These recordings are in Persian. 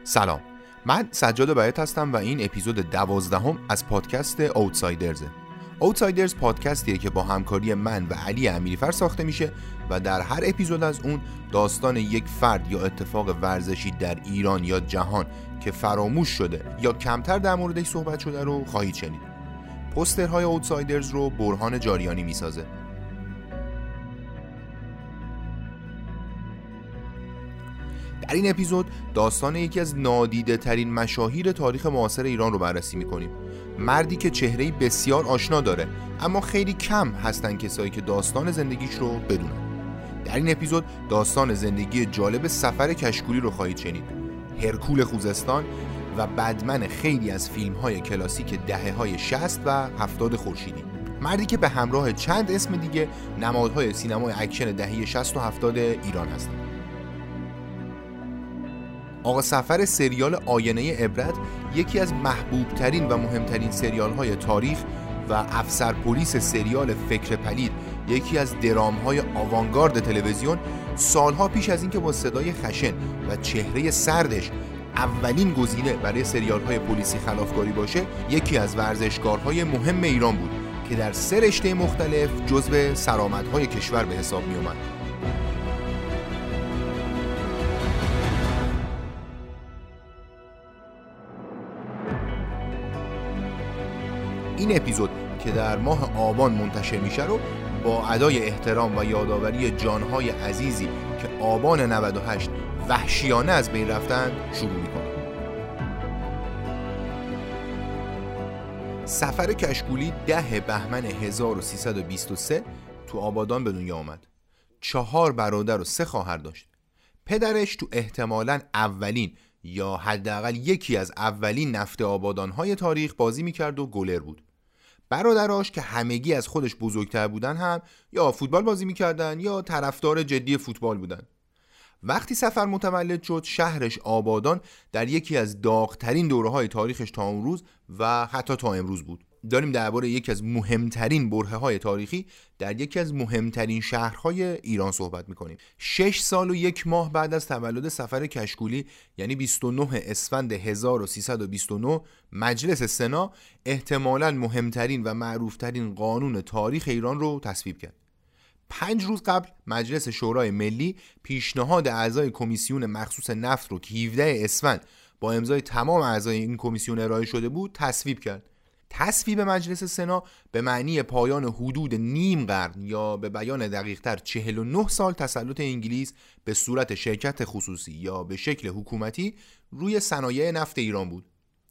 سلام، من سجاد بیات هستم و این اپیزود 12 از پادکست اوتسایدرزه. اوتسایدرز پادکستیه که با همکاری من و علی امیریفر ساخته میشه و در هر اپیزود از اون داستان یک فرد یا اتفاق ورزشی در ایران یا جهان که فراموش شده یا کمتر در موردش صحبت شده رو خواهید شنید. پوسترهای اوتسایدرز رو برهان جاریانی میسازه. در این اپیزود داستان یکی از نادیده ترین مشاهیر تاریخ معاصر ایران رو بررسی میکنیم. مردی که چهره‌ای بسیار آشنا داره اما خیلی کم هستن کسایی که داستان زندگیش رو بدونن. در این اپیزود داستان زندگی جالب سفر کشکولی رو خواهید شنید. هرکول خوزستان و بدمن خیلی از فیلم‌های کلاسیک دهه‌های 60 و 70 خورشیدی. مردی که به همراه چند اسم دیگه نمادهای سینمای اکشن دهه 60 و 70 ایران هستن. آقا سفر سریال آینه عبرت یکی از محبوب ترین و مهمترین سریال های تاریخ و افسر پلیس سریال فکر پلید یکی از درام های آوانگارد تلویزیون سالها پیش از اینکه با صدای خشن و چهره سردش اولین گزینه برای سریال های پلیسی خلافکاری باشه یکی از ورزشکارهای مهم ایران بود که در 3 رشته مختلف جزو سرآمدهای کشور به حساب می اومد. این اپیزود که در ماه آبان منتشر میشه رو با ادای احترام و یادآوری جانهای عزیزی که آبان 98 وحشیانه از بین رفتن شروع میکنه. سفر کشکولی 10 بهمن 1323 تو آبادان به دنیا آمد. 4 برادر و 3 خواهر داشت. پدرش تو احتمالاً اولین یا حداقل یکی از اولین نفت آبادان‌های تاریخ بازی می‌کرد و گلر بود. برادراش که همگی از خودش بزرگتر بودن هم یا فوتبال بازی می‌کردن یا طرفدار جدی فوتبال بودن. وقتی سفر متولد شد شهرش آبادان در یکی از داغ‌ترین دوره‌های تاریخش تا اون روز و حتی تا امروز بود. داریم درباره یکی از مهمترین برهه‌های تاریخی در یکی از مهمترین شهرهای ایران صحبت می‌کنیم. 6 سال و 1 ماه بعد از تولد سفر کشکولی یعنی 29 اسفند 1329 مجلس سنا احتمالاً مهمترین و معروفترین قانون تاریخ ایران رو تصویب کرد. 5 روز قبل مجلس شورای ملی پیشنهاد اعضای کمیسیون مخصوص نفت رو که 17 اسفند با امضای تمام اعضای این کمیسیون ارائه شده بود تصویب کرد. تصویب مجلس سنا به معنی پایان حدود نیم قرن یا به بیان دقیق‌تر 49 سال تسلط انگلیس به صورت شرکت خصوصی یا به شکل حکومتی روی صنایع نفت ایران بود.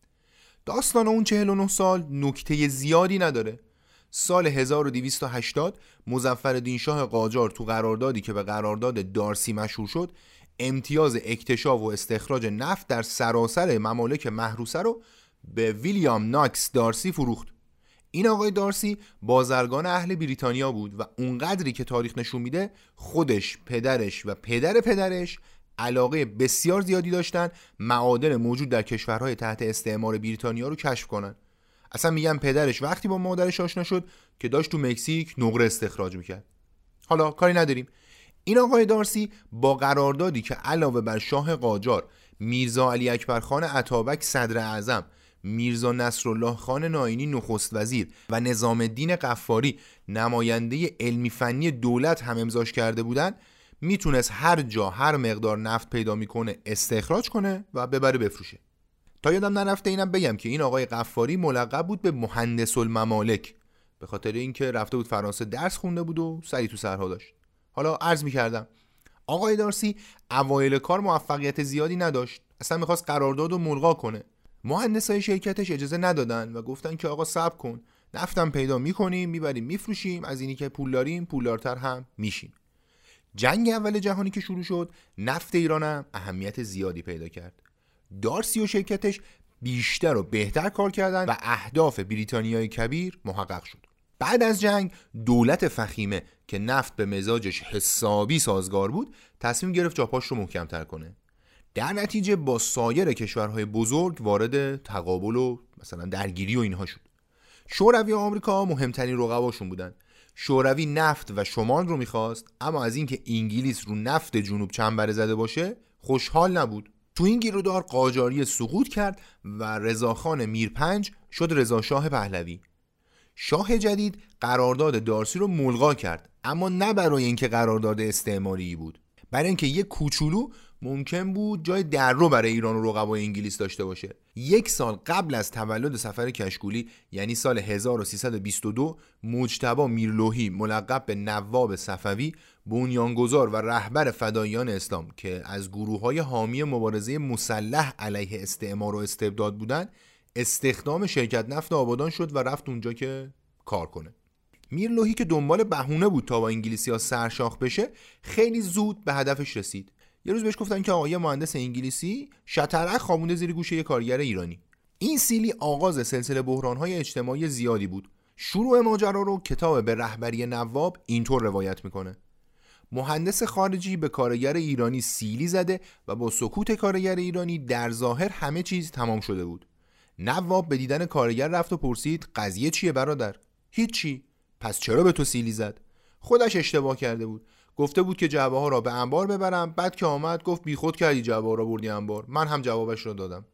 داستان اون 49 سال نکته زیادی نداره. سال 1280 مظفرالدین شاه قاجار تو قراردادی که به قرارداد دارسی مشهور شد امتیاز اکتشاف و استخراج نفت در سراسر ممالک محروسه رو به ویلیام ناکس دارسی فروخت. این آقای دارسی بازرگان اهل بریتانیا بود و اونقدری که تاریخ نشون میده خودش، پدرش و پدر پدرش علاقه بسیار زیادی داشتن معادن موجود در کشورهای تحت استعمار بریتانیا رو کشف کنن. اصلا میگم پدرش وقتی با مادرش آشنا شد که داشت تو مکزیک نقره استخراج میکرد. حالا کاری نداریم. این آقای دارسی با قراردادی که علاوه بر شاه قاجار میرزا علی اکبر خان عطابک صدر اعظم، میرزا نصرالله خان ناینی نخست وزیر و نظام الدین غفاری نماینده علمی فنی دولت هم امضاش کرده بودن میتونست هر جا هر مقدار نفت پیدا میکنه استخراج کنه و ببره بفروشه. تا یادم نرفته اینم بگم که این آقای غفاری ملقب بود به مهندس الممالک به خاطر اینکه رفته بود فرانسه درس خونده بود و سری تو سرها داشت. حالا عرض میکردم آقای دارسی اوایل کار موفقیت زیادی نداشت. اصلا میخواست قرارداد رو ملغا کنه. مهندسای شرکتش اجازه ندادن و گفتن که آقا صبر کن، نفتم پیدا میکنیم میبریم میفروشیم، از اینی که پول داریم پولدارتر هم میشیم. جنگ اول جهانی که شروع شد نفت ایران هم اهمیت زیادی پیدا کرد. دارسی و شرکتش بیشتر و بهتر کار کردن و اهداف بریتانیای کبیر محقق شد. بعد از جنگ دولت فخیمه که نفت به مزاجش حسابی سازگار بود تصمیم گرفت جاپاش رو محکم‌تر کنه. در نتیجه با سایر کشورهای بزرگ وارد تقابل و مثلا درگیری و اینها شد. شوروی و آمریکا مهمترین رقباشون بودن. شوروی نفت و شمال رو میخواست اما از اینکه انگلیس رو نفت جنوب چنبره زده باشه خوشحال نبود. تو این گیرودار قاجاری سقوط کرد و رضاخان میرپنج شد رضاشاه پهلوی. شاه جدید قرارداد دارسی رو ملغا کرد، اما نه برای اینکه قرارداد استعماری بود، برای اینکه یک کوچولو ممکن بود جای در رو برای ایران و رقبای انگلیس داشته باشه. 1 سال قبل از تولد سفر کشکولی، یعنی سال 1322، مجتبی میرلوحی ملقب به نواب صفوی، بنیانگذار و رهبر فداییان اسلام که از گروه‌های حامی مبارزه مسلح علیه استعمار و استبداد بودن، استخدام شرکت نفت آبادان شد و رفت اونجا که کار کنه. میرلوحی که دنبال بهونه بود تا با انگلیسی‌ها سرشاخ بشه، خیلی زود به هدفش رسید. یه روز بهش گفتن که آقای مهندس انگلیسی شطرک خوابونده زیر گوشه یه کارگر ایرانی. این سیلی آغاز سلسله بحران‌های اجتماعی زیادی بود. شروع ماجرا رو کتاب به رهبری نواب اینطور روایت میکنه: مهندس خارجی به کارگر ایرانی سیلی زده و با سکوت کارگر ایرانی در ظاهر همه چیز تمام شده بود. نواب به دیدن کارگر رفت و پرسید قضیه چیه برادر؟ هیچی. پس چرا به تو سیلی زد؟ خودش اشتباه کرده بود. گفته بود که جعبه ها را به انبار ببرم، بعد که آمد گفت بیخود کردی جعبه ها را بردی انبار. من هم جوابش را دادم.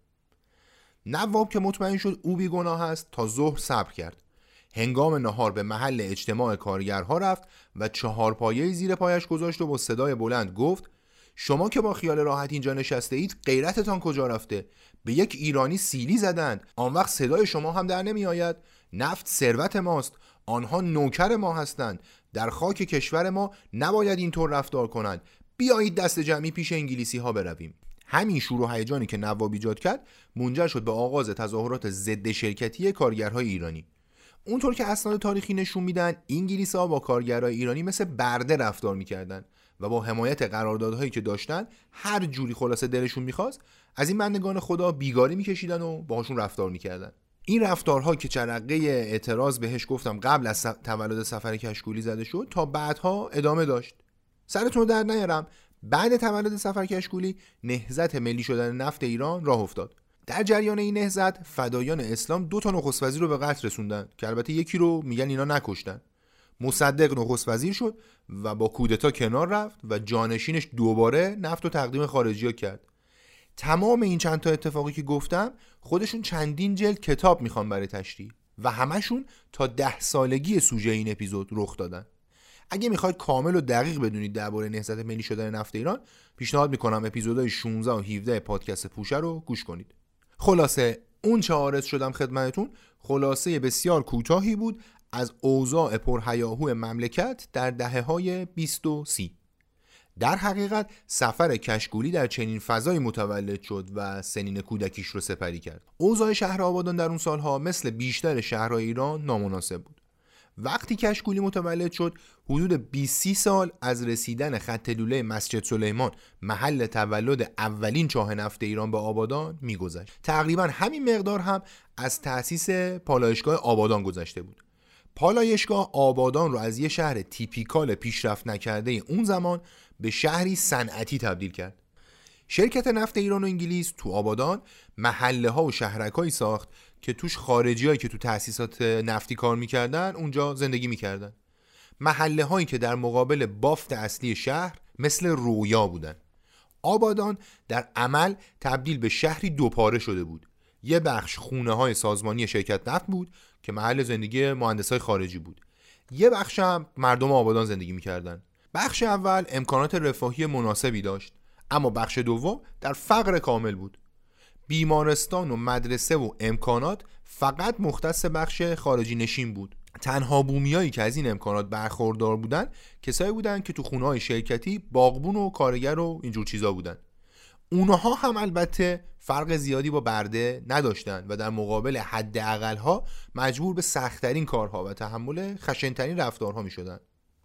نواب که مطمئن شد او بیگناه است، تا ظهر صبر کرد. هنگام نهار به محل اجتماع کارگرها رفت و 4 پایه زیر پایش گذاشت و با صدای بلند گفت: شما که با خیال راحت اینجا نشسته اید، غیرتتان کجا رفته؟ به یک ایرانی سیلی زدند. آن وقت صدای شما هم در نمی آید؟ نفت ثروت ماست، آنها نوکر ما هستند. در خاک کشور ما نباید اینطور رفتار کنند. بیایید دست جمعی پیش انگلیسی ها برویم. همین شور و هیجانی که نواب ایجاد کرد منجر شد به آغاز تظاهرات ضد شرکتی کارگرهای ایرانی. اونطور که اسناد تاریخی نشون میدن، انگلیس‌ها با کارگرای ایرانی مثل برده رفتار میکردن و با حمایت قراردادهایی که داشتن هر جوری خلاصه دلشون میخواست از این بندگان خدا بیگاری میکشیدن و باهاشون رفتار میکردن. این رفتارها که چرقه اعتراض بهش گفتم قبل از تولد سفر کشکولی زده شد، تا بعدها ادامه داشت. سرتون رو در نیارم، بعد تولد سفر کشکولی نهضت ملی شدن نفت ایران راه افتاد. در جریان این نهضت فدایان اسلام 2 تا نخست وزیر رو به قتل رسوندن که البته یکی رو میگن اینا نکشتن. مصدق نخست وزیر شد و با کودتا کنار رفت و جانشینش دوباره نفت رو تقدیم خارجی‌ها کرد. تمام این چند تا اتفاقی که گفتم خودشون چندین جلد کتاب میخوان برای تشریح و همشون تا 10 سالگی سوژه این اپیزود رخ دادن. اگه میخواید کامل و دقیق بدونید درباره نهضت ملی شدن نفت ایران، پیشنهاد میکنم اپیزودهای 16 و 17 پادکست پوشه رو گوش کنید. خلاصه اون چه عارض شدم خدمتتون خلاصه بسیار کوتاهی بود از اوضاع پرهیاهو مملکت در دهه‌های 20 و 30. در حقیقت سفر کشکولی در چنین فضایی متولد شد و سنین کودکیش رو سپری کرد. اوضاع شهر آبادان در اون سالها مثل بیشتر شهرهای ایران نامناسب بود. وقتی کشکولی متولد شد حدود 20 سال از رسیدن خط لوله مسجد سلیمان، محل تولد اولین چاه نفت ایران، به آبادان میگذشت. تقریبا همین مقدار هم از تأسیس پالایشگاه آبادان گذشته بود. پالایشگاه آبادان رو از یه شهر تیپیکال پیشرفت نکرده اون زمان به شهری صنعتی تبدیل کرد. شرکت نفت ایران و انگلیس تو آبادان محله ها و شهرکایی ساخت که توش خارجیایی که تو تأسیسات نفتی کار میکردن اونجا زندگی میکردن. محله هایی که در مقابل بافت اصلی شهر مثل رویا بودن. آبادان در عمل تبدیل به شهری دوپاره شده بود. یه بخش خونه های سازمانی شرکت نفت بود که محل زندگی مهندسای خارجی بود. یه بخش هم مردم آبادان زندگی میکردن. بخش اول امکانات رفاهی مناسبی داشت، اما بخش دوم در فقر کامل بود. بیمارستان و مدرسه و امکانات فقط مختص بخش خارجی نشین بود. تنها بومیایی که از این امکانات برخوردار بودن کسایی بودن که تو خونه‌های شرکتی باغبون و کارگر و اینجور چیزا بودن. اونها هم البته فرق زیادی با برده نداشتن و در مقابل حداقل‌ها مجبور به سخت‌ترین کارها و تحمل خشن‌ترین رفتارها می‌شدن.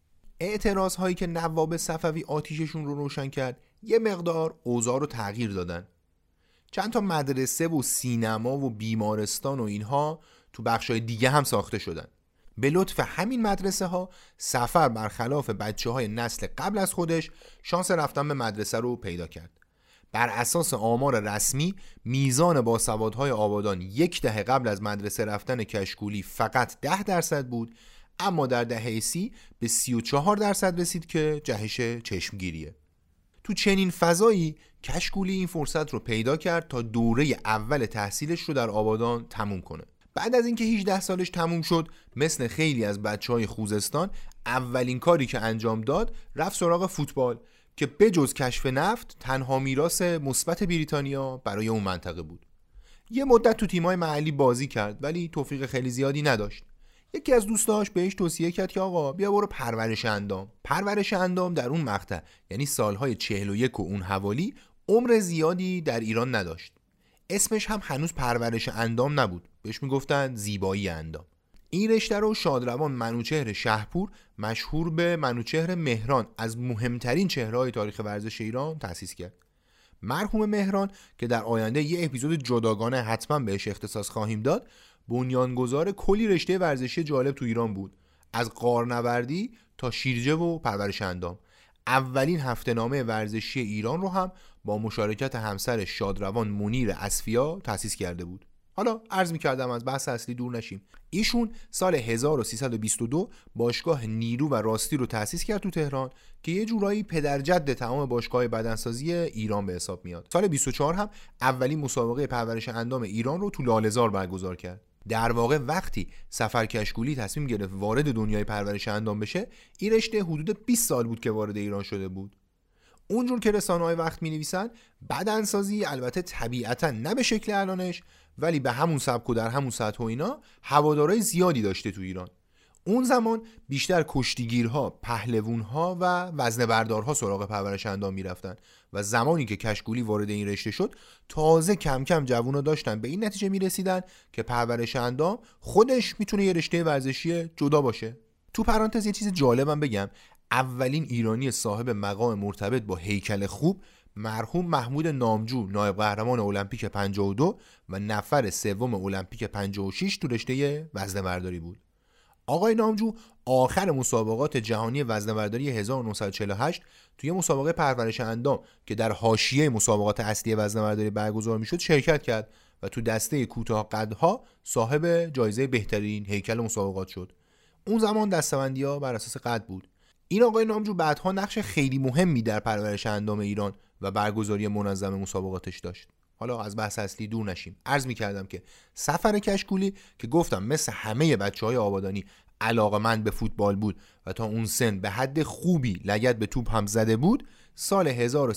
اعتراض هایی که نواب صفوی آتیششون رو روشن کرد یه مقدار اوضاع رو تغییر دادن. چند تا مدرسه و سینما و بیمارستان و اینها تو بخشای دیگه هم ساخته شدن. به لطف همین مدرسه ها سفر برخلاف بچه های نسل قبل از خودش شانس رفتن به مدرسه رو پیدا کرد. بر اساس آمار رسمی میزان باسوادهای آبادان 1 دهه قبل از مدرسه رفتن کشکولی فقط 10% بود، اما در دهه 30 به 34% رسید که جهش چشمگیریه. تو چنین فضایی کشکولی این فرصت رو پیدا کرد تا دوره اول تحصیلش رو در آبادان تموم کنه. بعد از اینکه 18 سالش تموم شد، مثل خیلی از بچهای خوزستان اولین کاری که انجام داد رفت سراغ فوتبال که بجز کشف نفت تنها میراث مثبت بریتانیا برای اون منطقه بود. یه مدت تو تیمای محلی بازی کرد ولی توفیق خیلی زیادی نداشت. یکی از دوستاش بهش توصیه کرد که آقا بیا برو پرورش اندام. پرورش اندام در اون مقطع یعنی سالهای 41 و اون حوالی عمر زیادی در ایران نداشت. اسمش هم هنوز پرورش اندام نبود، بهش میگفتن زیبایی اندام. این رشته رو شادروان منوچهر شهپور مشهور به منوچهر مهران از مهمترین چهره‌های تاریخ ورزش ایران تأسیس کرد. مرحوم مهران که در آینده یه اپیزود جداگانه حتما بهش اختصاص خواهیم داد، بنیانگذار کلی رشته ورزشی جالب تو ایران بود، از غارنوردی تا شیرجه و پرورش اندام. اولین هفته‌نامه ورزشی ایران رو هم با مشارکت همسر شادروان منیر اصفیا تأسیس کرده بود. حالا عرض می‌کردم از بحث اصلی دور نشیم. ایشون سال 1322 باشگاه نیرو و راستی رو تأسیس کرد تو تهران که یه جورایی پدرجد تمام باشگاه بدنسازی ایران به حساب میاد. سال 24 هم اولین مسابقه پرورش اندام ایران رو تو لاله‌زار برگزار کرد. در واقع وقتی سفر کشکولی تصمیم گرفت وارد دنیای پرورش اندام بشه، این رشته حدود 20 سال بود که وارد ایران شده بود. اونجور که رسانه‌های وقت می‌نویسن، بدنسازی البته طبیعتاً نه به شکل الانش ولی به همون سبک و در همون سطح و اینا هوادارهای زیادی داشته تو ایران. اون زمان بیشتر کشتیگیرها، پهلوونها و وزنه‌بردارها سراغ پرورش اندام میرفتن و زمانی که کشکولی وارد این رشته شد تازه کم کم جوونا داشتن به این نتیجه میرسیدن که پرورش اندام خودش میتونه یه رشته ورزشی جدا باشه. تو پرانتز یه چیز جالبم بگم، اولین ایرانی صاحب مقام مرتبط با هیکل خوب مرحوم محمود نامجو، نایب قهرمان المپیک 52 و نفر سوم المپیک 56 تو رشته وزنه‌برداری بود. آقای نامجو آخر مسابقات جهانی وزنه‌برداری 1948 توی مسابقه پرورش اندام که در حاشیه مسابقات اصلی وزنه‌برداری برگزار میشد شرکت کرد و تو دسته کوتاه قدها صاحب جایزه بهترین هیکل مسابقات شد. اون زمان دسته‌بندی‌ها بر اساس قد بود. این آقای نامجو بعدها نقش خیلی مهمی در پرورش اندام ایران و برگزاری منظم مسابقاتش داشت. حالا از بحث اصلی دور نشیم. عرض می‌کردم که سفر کشکولی که گفتم مثل همه بچه‌های آبادانی علاقه‌مند به فوتبال بود و تا اون سن به حد خوبی لگد به توپ هم زده بود، سال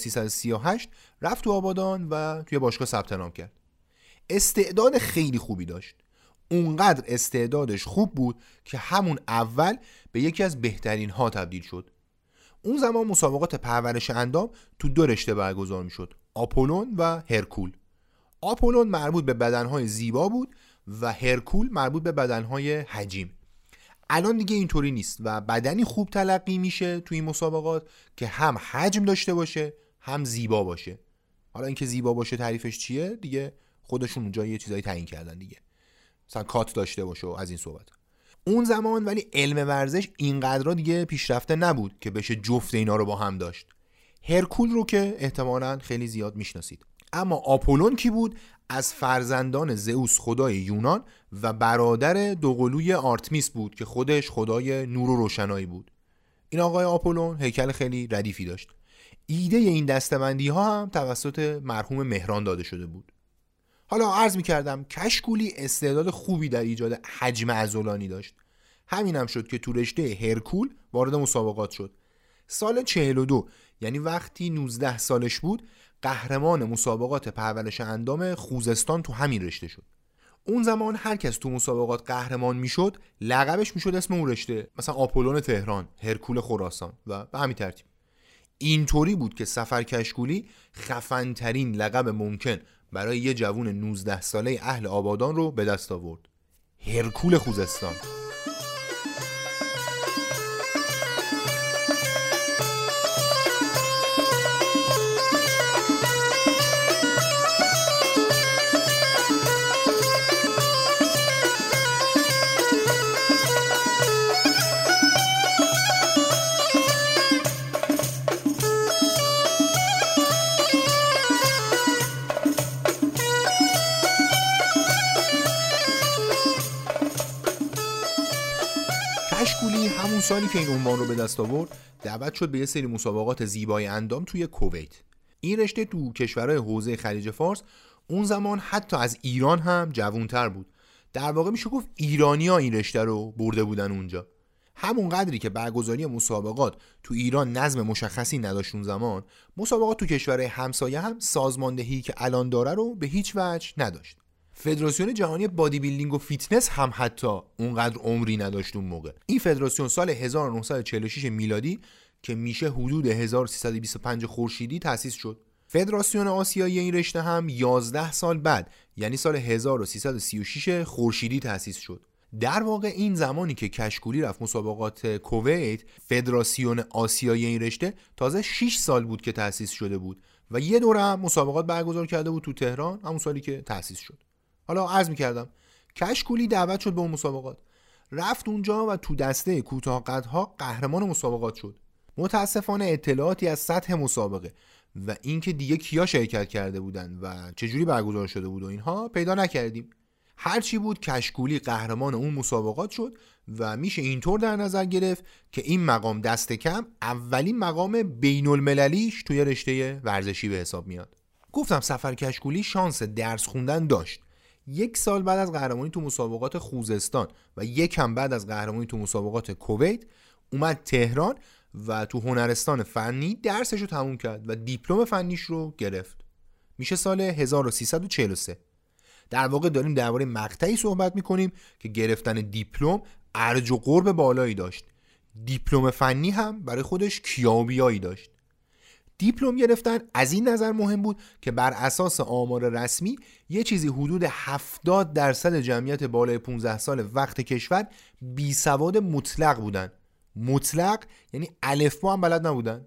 1338 رفت تو آبادان و توی باشگاه ثبت نام کرد. استعداد خیلی خوبی داشت. اونقدر استعدادش خوب بود که همون اول به یکی از بهترین ها تبدیل شد. اون زمان مسابقات پرورش اندام تو دو رشته برگزار می شد، آپولون و هرکول. آپولون مربوط به بدنهای زیبا بود و هرکول مربوط به بدنهای حجیم. الان دیگه اینطوری نیست و بدنی خوب تلقی میشه توی این مسابقات که هم حجم داشته باشه هم زیبا باشه. حالا اینکه زیبا باشه تعریفش چیه دیگه خودشون اونجا یه چیزایی تعیین کردن دیگه، مثلا کات داشته باشه و از این صحبت. اون زمان ولی علم ورزش اینقدر دیگه پیشرفته نبود که بشه جفت اینا رو با هم داشت. هرکول رو که احتمالاً خیلی زیاد میشناسید. اما آپولون کی بود؟ از فرزندان زئوس خدای یونان و برادر دوقلوی آرتمیس بود که خودش خدای نور و روشنایی بود. این آقای آپولون هیکل خیلی ردیفی داشت. ایده این دسته‌بندی ها هم توسط مرحوم مهران داده شده بود. حالا عرض می‌کردم کشکولی استعداد خوبی در ایجاد حجم عضلانی داشت. همینم شد که تو رشته هرکول وارد مسابقات شد. سال 42 یعنی وقتی 19 سالش بود قهرمان مسابقات پرورش اندام خوزستان تو همین رشته شد. اون زمان هر کس تو مسابقات قهرمان میشد لقبش میشد اسم اون رشته، مثلا آپولون تهران، هرکول خراسان و به همین ترتیب. اینطوری بود که سفر کشکولی خفن‌ترین لقب ممکن برای یه جوون 19 ساله اهل آبادان رو به دست آورد، هرکول خوزستان. کشکولی همون سالی که این عنوان رو به دست آورد دعوت شد به یه سری مسابقات زیبای اندام توی کویت. این رشته تو کشورهای حوزه خلیج فارس اون زمان حتی از ایران هم جوان‌تر بود. در واقع میشه گفت ایرانی‌ها این رشته رو برده بودن اونجا. همون قدری که برگزاری مسابقات تو ایران نظم مشخصی نداشت اون زمان، مسابقات تو کشورهای همسایه هم سازماندهی که الان داره رو به هیچ وجه نداشت. فدراسیون جهانی بادی بیلدینگ و فیتنس هم حتی اونقدر عمری نداشت اون موقع. این فدراسیون سال 1946 میلادی که میشه حدود 1325 خورشیدی تأسیس شد. فدراسیون آسیایی این رشته هم 11 سال بعد یعنی سال 1336 خورشیدی تأسیس شد. در واقع این زمانی که کشکولی رفت مسابقات کویت، فدراسیون آسیایی این رشته تازه 6 سال بود که تأسیس شده بود و یه دوره هم مسابقات برگزار کرده بود تو تهران همون سالی که تأسیس شد. حالا عرض می‌کردم کشکولی دعوت شد به اون مسابقات، رفت اونجا و تو دسته کوتاه قدها قهرمان مسابقات شد. متاسفانه اطلاعاتی از سطح مسابقه و اینکه دیگه کیا شرکت کرده بودن و چجوری برگزار شده بود و اینها پیدا نکردیم. هرچی بود کشکولی قهرمان اون مسابقات شد و میشه اینطور در نظر گرفت که این مقام دست کم اولین مقام بین المللیش توی رشته ورزشی به حساب میاد. گفتم سفر کشکولی شانس درس خوندن داشت. 1 سال بعد از قهرمانی تو مسابقات خوزستان و یکم بعد از قهرمانی تو مسابقات کویت اومد تهران و تو هنرستان فنی درسش رو تموم کرد و دیپلم فنیش رو گرفت. میشه سال 1343. در واقع داریم درباره مقطعی صحبت میکنیم که گرفتن دیپلم ارج و قرب بالایی داشت. دیپلم فنی هم برای خودش کیابیایی داشت. دیپلم گرفتن از این نظر مهم بود که بر اساس آمار رسمی یه چیزی حدود 70% جمعیت بالای 15 سال وقت کشور بی سواد مطلق بودن. مطلق یعنی الفبا هم بلد نبودن.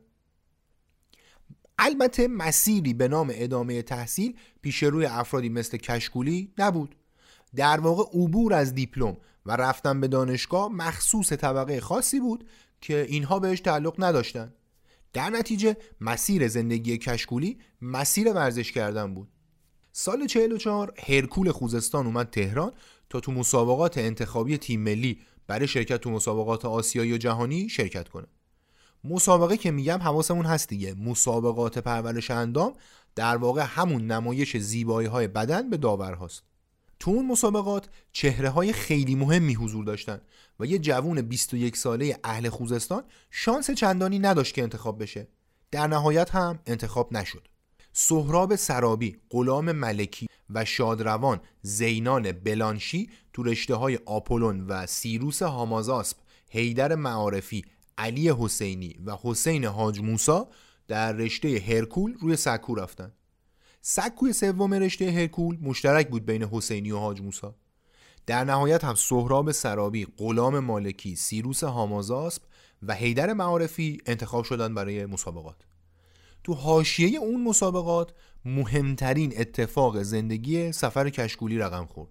البته مسیری به نام ادامه تحصیل پیش روی افرادی مثل کشکولی نبود. در واقع عبور از دیپلم و رفتن به دانشگاه مخصوص طبقه خاصی بود که اینها بهش تعلق نداشتن. در نتیجه مسیر زندگی کشکولی مسیر ورزش کردن بود. سال 44 هرکول خوزستان اومد تهران تا تو مسابقات انتخابی تیم ملی برای شرکت تو مسابقات آسیایی و جهانی شرکت کنه. مسابقه که میگم حواسمون هست دیگه، مسابقات پرورش اندام در واقع همون نمایش زیبایی‌های بدن به داورهاست. تو اون مسابقات چهره‌های خیلی مهمی حضور داشتن و یه جوون 21 ساله اهل خوزستان شانس چندانی نداشت که انتخاب بشه. در نهایت هم انتخاب نشد. سهراب سرابی، غلام ملکی و شادروان زینان بلانشی تو رشته‌های آپولون و سیروس هامازاسپ، حیدر معارفی، علی حسینی و حسین حاج موسی در رشته هرکول روی سکو رفتن. سکوی سوم رشته هرکول مشترک بود بین حسینی و حاج موسی. در نهایت هم سهراب سرابی، غلام مالکی، سیروس هامازاسپ و حیدر معارفی انتخاب شدن برای مسابقات. تو حاشیه اون مسابقات مهمترین اتفاق زندگی سفر کشکولی رقم خورد.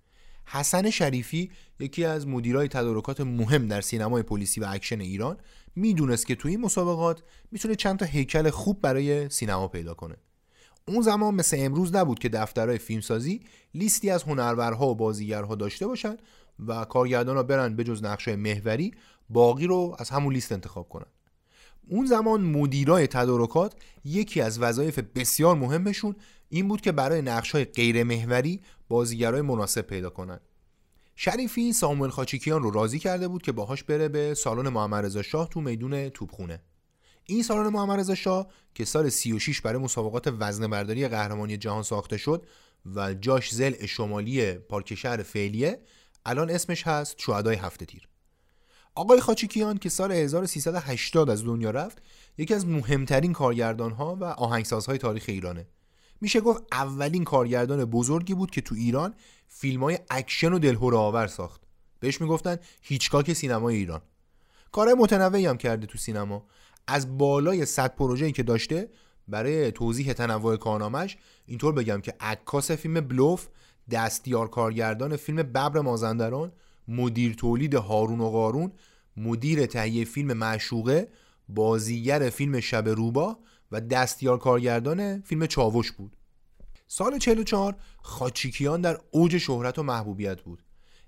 حسن شریفی، یکی از مدیرای تدارکات مهم در سینمای پلیسی و اکشن ایران، میدونست که تو این مسابقات میتونه چند تا هیکل خوب برای سینما پیدا کنه. اون زمان مثل امروز نبود که دفترهای فیلمسازی لیستی از هنرورها و بازیگرها داشته باشن و کارگردانا برن به جز نقشای محوری باقی رو از همون لیست انتخاب کنن. اون زمان مدیرای تدارکات یکی از وظایف بسیار مهمشون این بود که برای نقش‌های غیر محوری بازیگرای مناسب پیدا کنن. شریفی ساموئل خاچیکیان رو راضی کرده بود که باهاش بره به سالن محمد رضا شاه تو میدون توپخونه. این سالن محمد رضا شاه که سال 36 برای مسابقات وزنه‌برداری قهرمانی جهان ساخته شد و جاش ضلع شمالی پارک شهر فعلیه، الان اسمش هست شهدای هفته تیر. آقای خاچیکیان که سال 1380 از دنیا رفت، یکی از مهمترین کارگردان‌ها و آهنگسازهای تاریخ ایرانه. میشه گفت اولین کارگردان بزرگی بود که تو ایران فیلم‌های اکشن و دلهره‌آور ساخت. بهش میگفتن هیچکاک سینمای ایران. کارهای متنوعی هم کرده تو سینما. از بالای 100 پروژه‌ای که داشته، برای توضیح تنوع کارنامه‌اش اینطور بگم که عکاس فیلم بلوف، دستیار کارگردان فیلم ببر مازندران، مدیر تولید هارون و قارون، مدیر تهیه فیلم معشوقه، بازیگر فیلم شب روباه و دستیار کارگردان فیلم چاوش بود. سال 44 خاچیکیان در اوج شهرت و محبوبیت بود.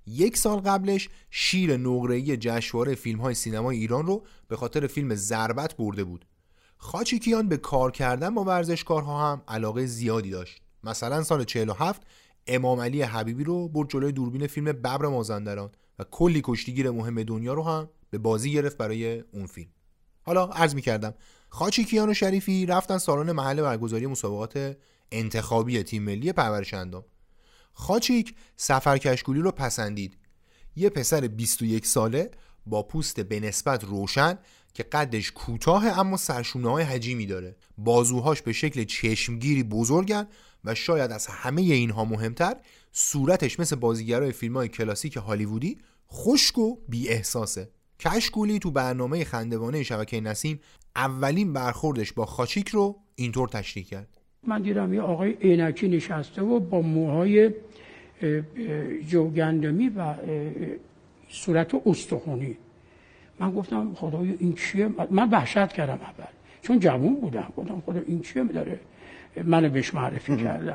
1 سال قبلش شیر نقره‌ای جشنواره فیلم‌های سینمای ایران رو به خاطر فیلم ضربت برده بود. خاچیکیان به کار کردن با ورزشکارها هم علاقه زیادی داشت. مثلا سال 47 امام علی حبیبی رو برد جلوی دوربین فیلم ببر مازندران و کلی کشتیگیر مهم دنیا رو هم به بازی گرفت برای اون فیلم. حالا عرض می‌کردم خاچیکیان و شریفی رفتن سالن محل برگزاری مسابقات انتخابی تیم ملی پرورش اندام. خاچیک سفر کشکولی رو پسندید. یه پسر 21 ساله با پوست به نسبت روشن که قدش کوتاه اما سرشونه‌های حجیمی داره. بازوهاش به شکل چشمگیری بزرگن و شاید از همه اینها مهمتر صورتش مثل بازیگرای فیلم‌های کلاسیک هالیوودی خشک و بی احساسه. کشکولی تو برنامه خندوانه شبکه نسیم اولین برخوردش با خاچیک رو اینطور تشریح کرد. من دیدم یه آقای عینکی نشسته و با موهای جوگندمی و صورت استخوانی. من گفتم خدایا این چیه؟ من وحشت کردم اول چون جوان بودم. گفتم خدا این چیه داره منو بهش معرفی کردن.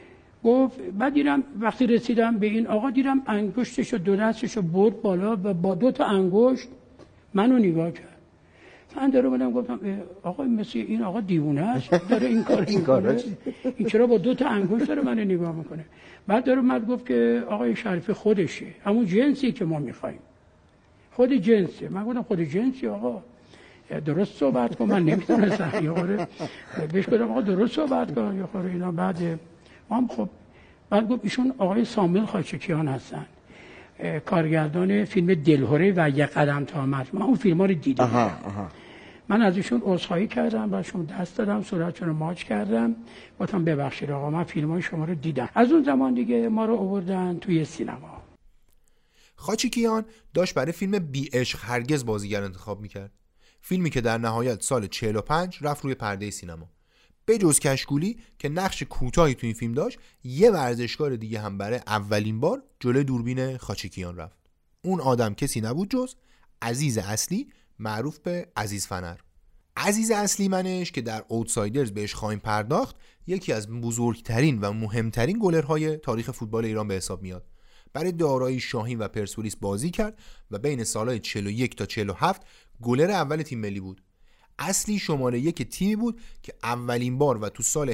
گفت بعد دیدم وقتی رسیدم به این آقا دیدم انگشتشو دو دستشو برد بالا و با 2 تا انگشت منو نگاه کرد. من داره بودم گفتم آقا مثل این آقا دیوونه است داره این کار میکنه. این چرا با 2 تا انگشت داره منو نگاه میکنه؟ بعد داره من گفت که آقای شریفی خودشه همون جنسی که ما میخوایم. خود جنسه. من گفتم خود جنسی آقا درست صحبت کن. من نمیتونستم یه خوره بهش گفتم آقا درست صحبت کن یه خوره اینا. بعد هم خب بعد گفت ایشون آقای سامیل خاچیکیان هستن کارگردان فیلم دلهره و یک قدم تا مرگ. من اون فیلم‌ها رو دیدم. من از ایشون عذرخواهی کردم بهشون دست دادم صورتشون رو ماچ کردم گفتم ببخشید آقا من فیلم‌های شما رو دیدم. از اون زمان دیگه ما رو آوردن توی سینما. خاچیکیان داشت برای فیلم بی عشق هرگز بازیگر انتخاب میکرد. فیلمی که در نهایت سال 45 رفت روی پرده سینما. به جز کشکولی که نقش کوتاهی تو این فیلم داشت، یه ورزشکار دیگه هم برای اولین بار جلوی دوربین خاچیکیان رفت. اون آدم کسی نبود جز عزیز اصلی معروف به عزیز فنر. عزیز اصلی منش که در اوتسایدرز بهش خواهیم پرداخت یکی از بزرگترین و مهمترین گلرهای تاریخ فوتبال ایران به حساب میاد. برای دارایی شاهین و پرسپولیس بازی کرد و بین سالهای 41 تا 47 گلر اول تیم ملی بود. اصلی شماره 1 تیمی بود که اولین بار و تو سال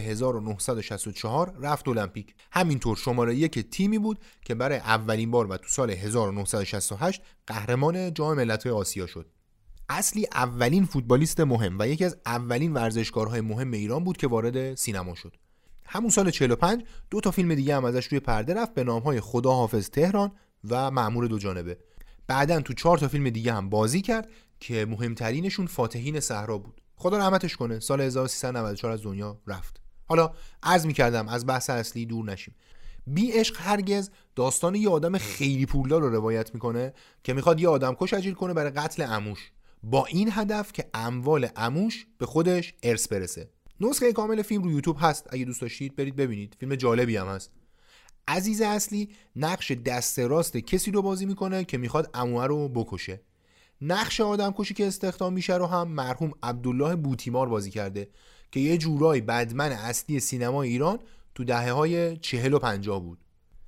1964 رفت المپیک. همینطور شماره 1 تیمی بود که برای اولین بار و تو سال 1968 قهرمان جام ملت‌های آسیا شد. اصلی اولین فوتبالیست مهم و یکی از اولین ورزشکارهای مهم ایران بود که وارد سینما شد. همون سال 45 2 تا فیلم دیگه هم ازش روی پرده رفت به نام‌های خداحافظ تهران و مأمور دو جانبه. بعدن تو 4 تا فیلم دیگه هم بازی کرد که مهمترینشون فاتحین صحرا بود. خدا رحمتش کنه. سال 1394 از دنیا رفت. حالا عرض می‌کردم از بحث اصلی دور نشیم. بی عشق هرگز داستان یه آدم خیلی پولدار رو روایت میکنه که میخواد یه آدمکش اجیر کنه برای قتل عموش با این هدف که اموال عموش به خودش ارث برسه. نسخه کامل فیلم رو یوتیوب هست، اگه دوست داشتید برید ببینید. فیلم جالبی هم هست. عزیز اصلی نقش دست راست کسی رو بازی میکنه که میخواد عموه رو بکشه. نقش آدمکشی که استخدام میشه رو هم مرحوم عبدالله بوتیمار بازی کرده که یه جورایی بدمن اصلی سینما ایران تو دهه‌های 40 و 50 بود.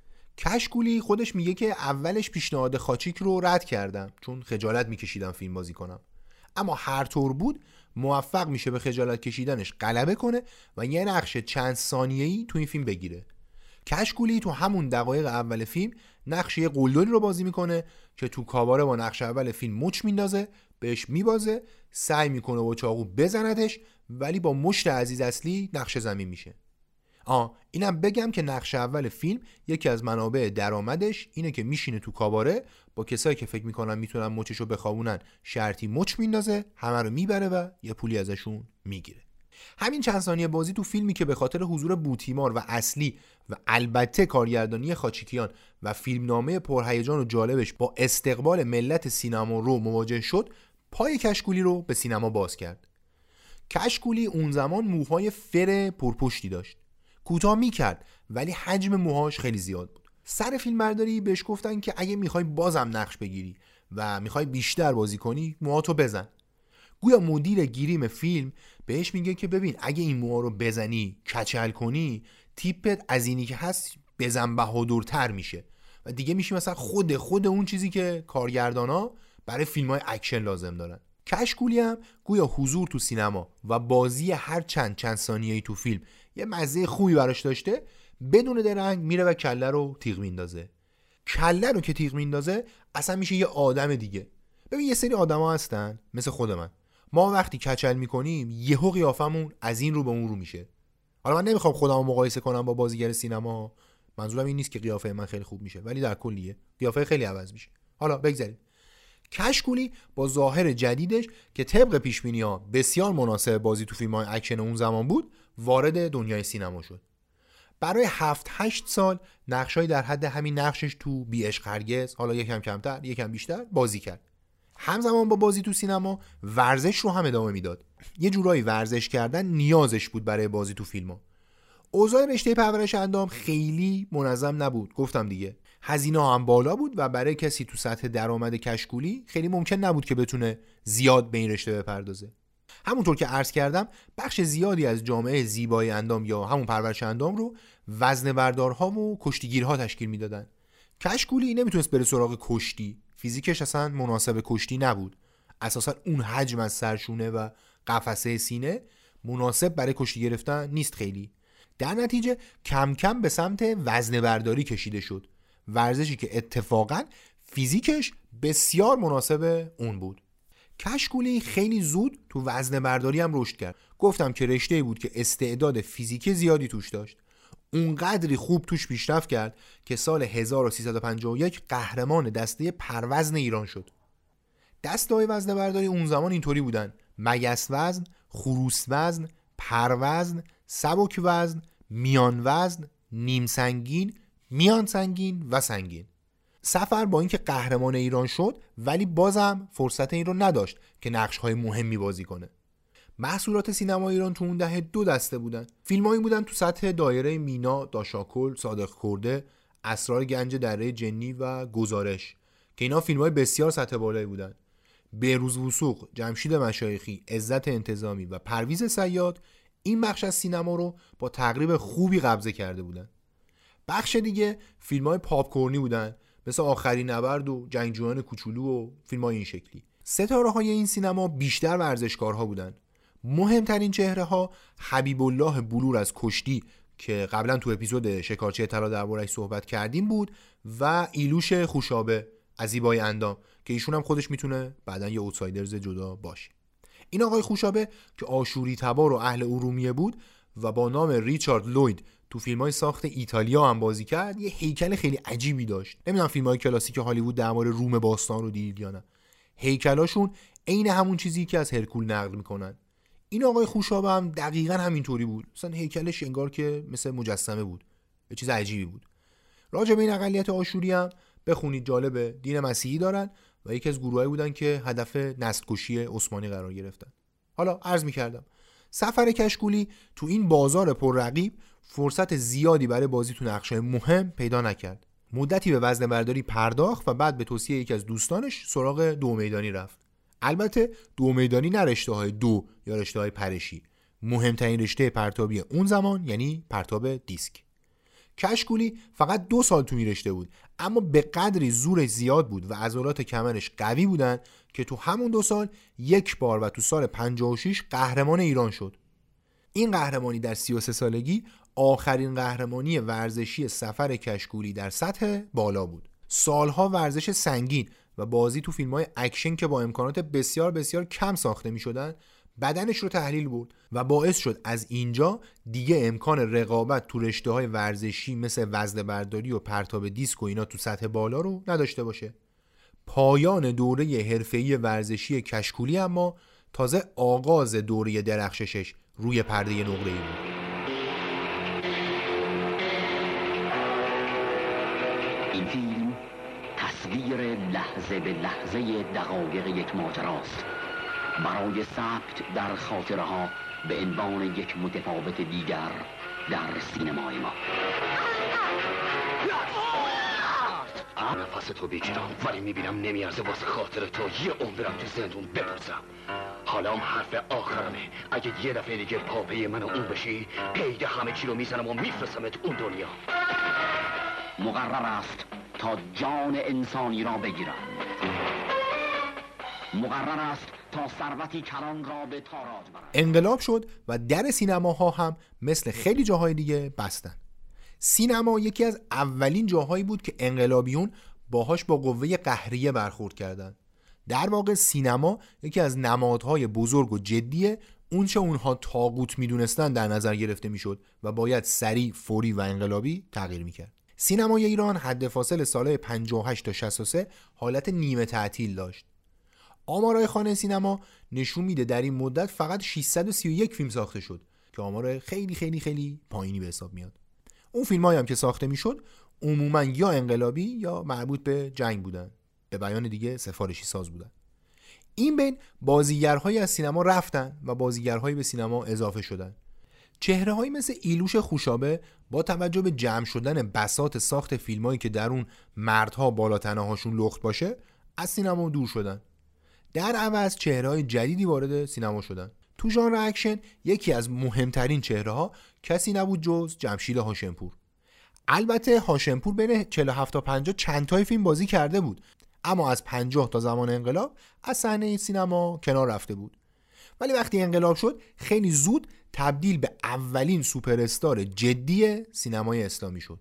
کشکولی خودش میگه که اولش پیشنهاد خاچیک رو رد کردم چون خجالت میکشیدم فیلم بازی کنم، اما هر طور بود موفق میشه به خجالت کشیدنش غلبه کنه و یه نقش چند ثانیه‌ای تو این فیلم بگیره. کشکولی تو همون دقایق اول فیلم نقش یه قلدری رو بازی میکنه که تو کاباره با نقش اول فیلم مچ میندازه، بهش میبازه، سعی میکنه با چاقو بزندش ولی با مشت عزیز اصلی نقش زمین میشه. اینم بگم که نقش اول فیلم یکی از منابع درآمدش اینه که میشینه تو کاباره با کسایی که فکر میکنن میتونن مچشو بخوابونن شرطی مچ میندازه، همه رو میبره و یه پولی ازشون میگیره. همین چند ثانیه بازی تو فیلمی که به خاطر حضور بوتیمار و اصلی و البته کارگردانی خاچیکیان و فیلمنامه پرهیجان و جالبش با استقبال ملت سینما رو مواجه شد، پای کشکولی رو به سینما باز کرد. کشکولی اون زمان موهای فر پرپشتی داشت. کوتاه میکرد ولی حجم موهاش خیلی زیاد بود. سر فیلم برداری بهش گفتن که اگه میخوای بازم نقش بگیری و میخوای بیشتر بازی کنی موهاتو بزن. گویا مدیر گریم فیلم بهش میگه که ببین اگه این موها رو بزنی کچل کنی تیپت از اینی که هست بزن بهادرتر میشه و دیگه میشه مثلا خود اون چیزی که کارگردانا برای فیلم‌های اکشن لازم دارن. کشکولی هم گویا حضور تو سینما و بازی هر چند ثانیه‌ای تو فیلم یه مزه خوبی براش داشته، بدون درنگ میره و کله رو تیغ میندازه. کله رو که تیغ میندازه اصلا میشه یه آدم دیگه. ببین یه سری آدما هستن مثل خود من، ما وقتی کچل میکنیم یهو قیافمون از این رو به اون رو میشه. حالا من نمیخوام خودمو مقایسه کنم با بازیگر سینما، منظورم این نیست که قیافه من خیلی خوب میشه، ولی در کلیه قیافه خیلی عوض میشه. حالا بگذاریم. کشکولی با ظاهر جدیدش که طبق پیش‌بینی‌ها بسیار مناسب بازی تو فیلم‌های اکشن اون زمان بود، وارد دنیای سینما شد. برای 7-8 سال نقشای در حد همین نقشش تو بی عشق هرگز، حالا یکم کمتر یکم بیشتر بازی کرد. همزمان با بازی تو سینما ورزش رو هم ادامه میداد. یه جورایی ورزش کردن نیازش بود برای بازی تو فیلم‌ها. اوضاع رشته پرورش اندام خیلی منظم نبود، گفتم دیگه. هزینه هم بالا بود و برای کسی تو سطح درآمد کشکولی خیلی ممکن نبود که بتونه زیاد به این رشته بپردازه. همونطور که عرض کردم بخش زیادی از جامعه زیبای اندام یا همون پرورش اندام رو وزنه بردارها و کشتیگیرها تشکیل میدادن. کشکولی نمیتونست بره سراغ کشتی، فیزیکش اصلا مناسب کشتی نبود. اساسا اون حجم از سرشونه و قفسه سینه مناسب برای کشتی گرفتن نیست خیلی. در نتیجه کم کم به سمت وزنه برداری کشیده شد، ورزشی که اتفاقا فیزیکش بسیار مناسب اون بود. کشکولی خیلی زود تو وزنه برداری هم رشد کرد. گفتم که رشته‌ای بود که استعداد فیزیکی زیادی توش داشت. اونقدری خوب توش پیشرفت کرد که سال 1351 قهرمان دسته پروزن ایران شد. دسته‌های وزنه برداری اون زمان اینطوری بودن: مگس وزن، خروس وزن، پروزن، سبک وزن، میان وزن، نیم سنگین، میان سنگین و سنگین. سفر با اینکه قهرمان ایران شد ولی بازم فرصت این رو نداشت که نقش‌های مهمی بازی کنه. محصولات سینما ایران تو اون دهه 2 دسته بودن. فیلمایی بودن تو سطح دایره مینا، داشاکل، صادق کرده، اسرار گنج دره جنی و گزارش که اینا فیلم‌های بسیار سطح بالایی بودن. بهروز وثوق، جمشید مشایخی، عزت انتظامی و پرویز صیاد این بخش از سینما رو با تقریب خوبی قبضه کرده بودن. بخش دیگه فیلم‌های پاپ کورنی بودن مثل آخرین نبرد و جنگجویان کوچولو و فیلم‌های این شکلی. ستاره‌های این سینما بیشتر ورزشکارها بودن. مهمترین چهره‌ها حبیب الله بلور از کشتی که قبلا تو اپیزود شکارچی طلا درباره‌اش صحبت کردیم بود و ایلوش خوشابه از زیبای اندام که ایشون هم خودش میتونه بعدن یه اوتسایدرز جدا باشه. این آقای خوشابه که آشوری تبار و اهل ارومیه بود و با نام ریچارد لوید تو فیلم‌های ساخت ایتالیا هم بازی کرد، یه هیکل خیلی عجیبی داشت. نمیدونم فیلم‌های کلاسیک هالیوود درباره روم باستان رو دیدید یا نه. هیکلاشون عین همون چیزی که از هرکول نقل میکنن. این آقای خوشابه هم دقیقاً همینطوری بود. مثلا هیکلش انگار که مثل مجسمه بود. یه چیز عجیبی بود. راجع به این اقلیت آشوری هم بخونید، جالبه. دین مسیحی دارن و یکی از گروهایی بودن که هدف نسل‌کشی عثمانی قرار گرفتن. حالا عرض می‌کردم سفر کشکولی تو این بازار پررقیب فرصت زیادی برای بازی تو نقش‌های مهم پیدا نکرد. مدتی به وزنه برداری پرداخت و بعد به توصیه یکی از دوستانش سراغ دو میدانی رفت. البته دو میدانی نه رشته‌های دو یا رشته‌های پرشی، مهمترین رشته پرتابی اون زمان یعنی پرتاب دیسک. کشکولی فقط 2 سال تو این رشته بود، اما به قدری زورش زیاد بود و عضلات کمرش قوی بودن که تو همون 2 سال یک بار و تو سال 56 قهرمان ایران شد. این قهرمانی در 33 سالگی آخرین قهرمانی ورزشی سفر کشکولی در سطح بالا بود. سالها ورزش سنگین و بازی تو فیلم‌های اکشن که با امکانات بسیار بسیار کم ساخته می‌شدن بدنش رو تحلیل برد و باعث شد از اینجا دیگه امکان رقابت تو رشته‌های ورزشی مثل وزنه برداری و پرتاب دیسک و اینا تو سطح بالا رو نداشته باشه. پایان دوره حرفه‌ای ورزشی کشکولی اما تازه آغاز دوره درخششش روی پرده نقره‌ای بود. این فیلم تصویر لحظه به لحظه دقایق یک ماجراست، برای ثبت در خاطره ها به عنوان یک متفاوت دیگر در سینمای ما. نفس تو بگیرم ولی میبینم نمیارزه واسه خاطر تو یه عمرم تو زندون بپرسم. حالا هم حرف آخرمه. اگه یه دفعه دیگه پاپی من اون بشی قید همه چی رو میزنم و میفرستمت اون دنیا. مقرر است تا جان انسانی را بگیرد. مقرر است تا ثروتی کلان را به تاراج برد. انقلاب شد و در سینماها هم مثل خیلی جاهای دیگه بستن. سینما یکی از اولین جاهایی بود که انقلابیون باهاش با قوه قهریه برخورد کردن. در واقع سینما یکی از نمادهای بزرگ و جدیه اونچه اونها طاغوت میدونستن در نظر گرفته میشد و باید سریع، فوری و انقلابی تغییر میکرد. سینمای ایران حد فاصل سالهای 58 تا 63 حالت نیمه تعطیل داشت. آمارای خانه سینما نشون میده در این مدت فقط 631 فیلم ساخته شد که آمار خیلی خیلی خیلی پایینی به حساب میاد. اون فیلمایی هم که ساخته میشد عموما یا انقلابی یا مربوط به جنگ بودن، به بیان دیگه سفارشی ساز بودن. این بین بازیگرهایی از سینما رفتن و بازیگرهایی به سینما اضافه شدن. چهره‌هایی مثل ایلوش خوشابه با توجه به جمع شدن بساط ساخت فیلمایی که در اون مردها بالاتنه‌هاشون لخت باشه از سینما دور شدن. در عوض چهره‌های جدیدی وارد سینما شدن. تو ژانر اکشن یکی از مهمترین چهره‌ها کسی نبود جز جمشید هاشمپور. البته هاشمپور بین 47 تا 50 چند تای فیلم بازی کرده بود، اما از 50 تا زمان انقلاب از صحنه سینما کنار رفته بود. ولی وقتی انقلاب شد خیلی زود تبدیل به اولین سوپر استار جدی سینمای اسلامی شد.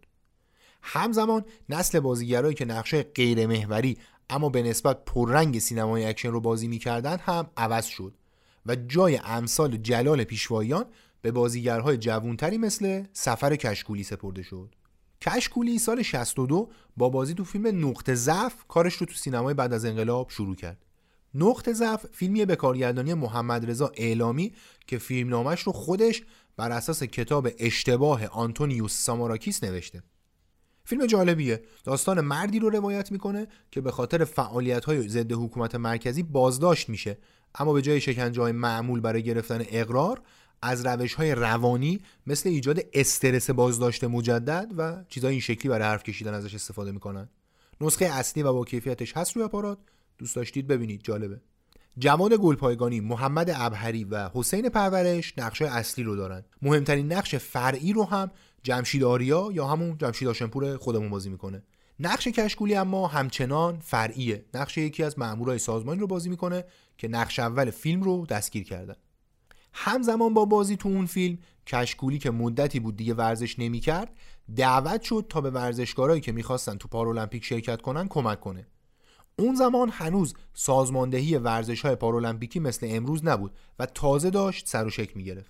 همزمان نسل بازیگرایی که نقشه غیر محوری اما به نسبت پررنگ سینمای اکشن رو بازی می‌کردن هم عوض شد و جای امثال جلال پیشواییان به بازیگرهای جوانتری مثل سفر کشکولی سپرده شد. کشکولی سال 62 با بازی تو فیلم نقطه ضعف کارش رو تو سینمای بعد از انقلاب شروع کرد. نقطه ضعف فیلمیه به کارگردانی محمد رضا اعلامی که فیلمنامش رو خودش بر اساس کتاب اشتباه آنتونیوس ساماراکیس نوشته. فیلم جالبیه. داستان مردی رو روایت میکنه که به خاطر فعالیت‌های ضد حکومت مرکزی بازداشت میشه، اما به جای شکنجه‌های معمول برای گرفتن اقرار از روش‌های روانی مثل ایجاد استرس بازداشت مجدد و چیزای این شکلی برای حرف کشیدن ازش استفاده میکنن. نسخه اصلی و با کیفیتش هست روی آپارات، دوست داشتید ببینید، جالبه. جواد گلپایگانی، محمد ابهری و حسین پرورش نقش اصلی رو دارن. مهمترین نقش فرعی رو هم جمشید آریا یا همون جمشید هاشمپور خودمون بازی میکنه. نقش کشکولی اما همچنان فرعیه. نقش یکی از مامورای سازمانی رو بازی میکنه که نقش اول فیلم رو دستگیر کردن. همزمان با بازی تو اون فیلم کشکولی که مدتی بود دیگه ورزش نمیکرد دعوت شد تا به ورزشکارایی که میخواستن تو پارالمپیک شرکت کنن کمک کنه. اون زمان هنوز سازماندهی ورزش‌های پارالمپیکی مثل امروز نبود و تازه داشت سر و شکل می‌گرفت.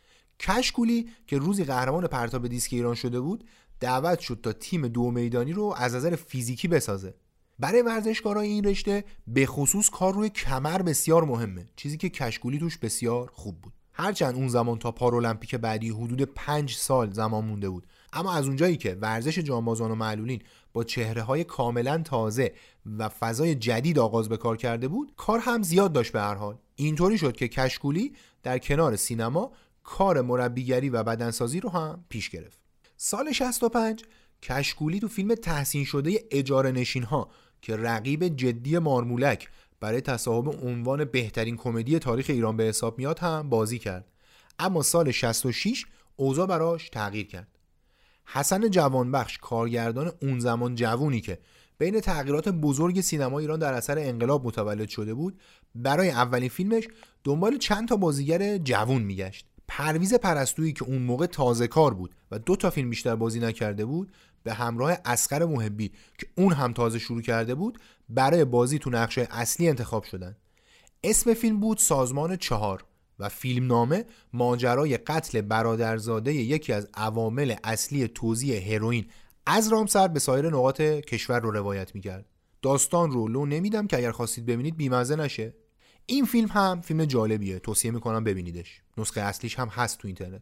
کشکولی که روزی قهرمان پرتاب دیسک ایران شده بود دعوت شد تا تیم دو میدانی رو از نظر فیزیکی بسازه. برای ورزشکارای این رشته به خصوص کار روی کمر بسیار مهمه، چیزی که کشکولی توش بسیار خوب بود. هرچند اون زمان تا پارالمپیک بعدی حدود 5 سال زمان مونده بود، اما از اونجایی که ورزش جانبازان و معلولین با چهره‌های کاملا تازه و فضای جدید آغاز به کار کرده بود، کار هم زیاد داشت. به هر حال اینطوری شد که کشکولی در کنار سینما کار مربیگری و بدنسازی رو هم پیش گرفت. سال 65 کشکولی تو فیلم تحسین شده اجاره نشین‌ها که رقیب جدی مارمولک برای تصاحب عنوان بهترین کمدی تاریخ ایران به حساب میاد هم بازی کرد. اما سال 66 اوضاع براش تغییر کرد. حسن جوانبخش، کارگردان اون زمان جوونی که بین تغییرات بزرگ سینما ایران در اثر انقلاب متولد شده بود، برای اولین فیلمش دنبال چند تا بازیگر جوون میگشت. پرویز پرستویی که اون موقع تازه کار بود و 2 تا فیلم بیشتر بازی نکرده بود، به همراه اصغر محبی که اون هم تازه شروع کرده بود برای بازی تو نقش اصلی انتخاب شدن. اسم فیلم بود سازمان 4 و فیلمنامه ماجرای قتل برادرزاده یکی از عوامل اصلی توزیع هروئین از رامسر به سایر نقاط کشور رو روایت می‌کرد. داستان رو لو نمیدم که اگر خواستید ببینید بی‌مزه نشه. این فیلم هم فیلم جالبیه، توصیه میکنم ببینیدش. نسخه اصلیش هم هست تو اینترنت.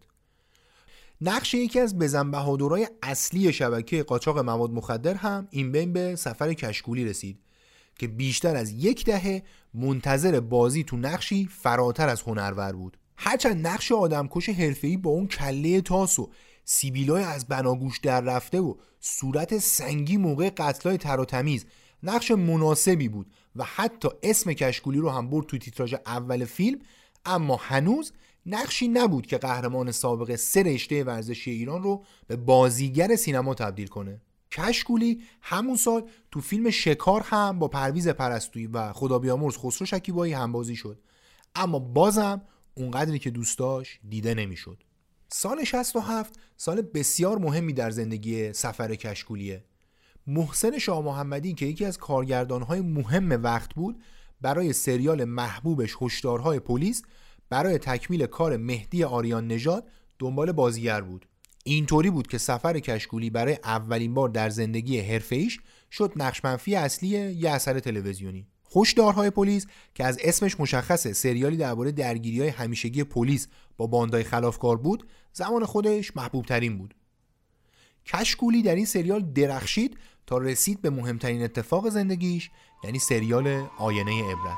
نقش یکی از بزن بهادرای اصلی شبکه قاچاق مواد مخدر هم این بین به سفر کشکولی رسید که بیشتر از 1 دهه منتظر بازی تو نقشی فراتر از هنرور بود. هرچند نقش آدمکش حرفه‌ای با اون کله تاس و سیبیلای از بناگوش در رفته و صورت سنگی موقع قتلای تر و تمیز نقش مناسبی بود و حتی اسم کشکولی رو هم برد تو تیتراژ اول فیلم، اما هنوز نقشی نبود که قهرمان سابق 3 رشته ورزشی ایران رو به بازیگر سینما تبدیل کنه. کشکولی همون سال تو فیلم شکار هم با پرویز پرستویی و خدابیامرز خسرو شکیبایی همبازی شد، اما بازم اونقدری که دوست داشت دیده نمیشد. سال 67 سال بسیار مهمی در زندگی سفر کشکولیه. محسن شاه محمدی که یکی از کارگردان‌های مهم وقت بود، برای سریال محبوبش هشدارهای پلیس برای تکمیل کار مهدی آریان نژاد دنبال بازیگر بود. اینطوری بود که سفر کشکولی برای اولین بار در زندگی حرفه‌ایش شد نقش منفی اصلی یه اثر تلویزیونی. هشدارهای پلیس که از اسمش مشخصه سریالی درباره درگیری‌های همیشگی پلیس با باندهای خلافکار بود، زمان خودش محبوب ترین بود. کشکولی در این سریال درخشید تا رسید به مهمترین اتفاق زندگیش، یعنی سریال آینه عبرت.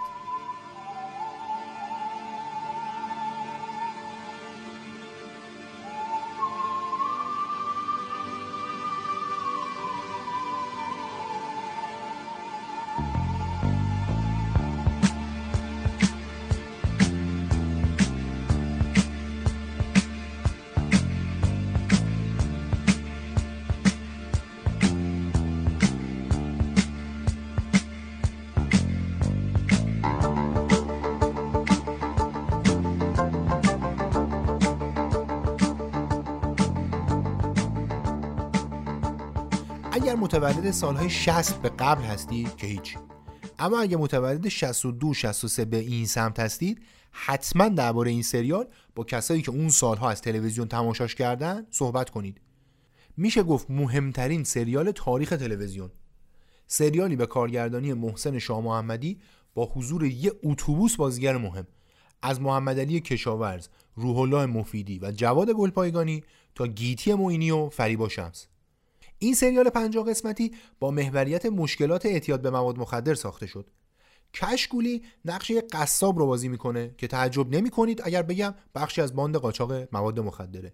اگر متولد سالهای 60 به قبل هستید که هیچ، اما اگر متولد 62 63 به این سمت هستید، حتما درباره این سریال با کسایی که اون سالها از تلویزیون تماشاش کردن صحبت کنید. میشه گفت مهمترین سریال تاریخ تلویزیون. سریالی به کارگردانی محسن شاه محمدی با حضور یه اتوبوس بازیگر مهم، از محمدعلی کشاورز، روح الله مفیدی و جواد گلپایگانی تا گیتی معینی و فریبا شمس. این سریال 50 قسمتی با محوریت مشکلات اعتیاد به مواد مخدر ساخته شد. کشکولی نقش یک قصاب رو بازی میکنه که تعجب نمی‌کنید اگر بگم بخشی از باند قاچاق مواد مخدره.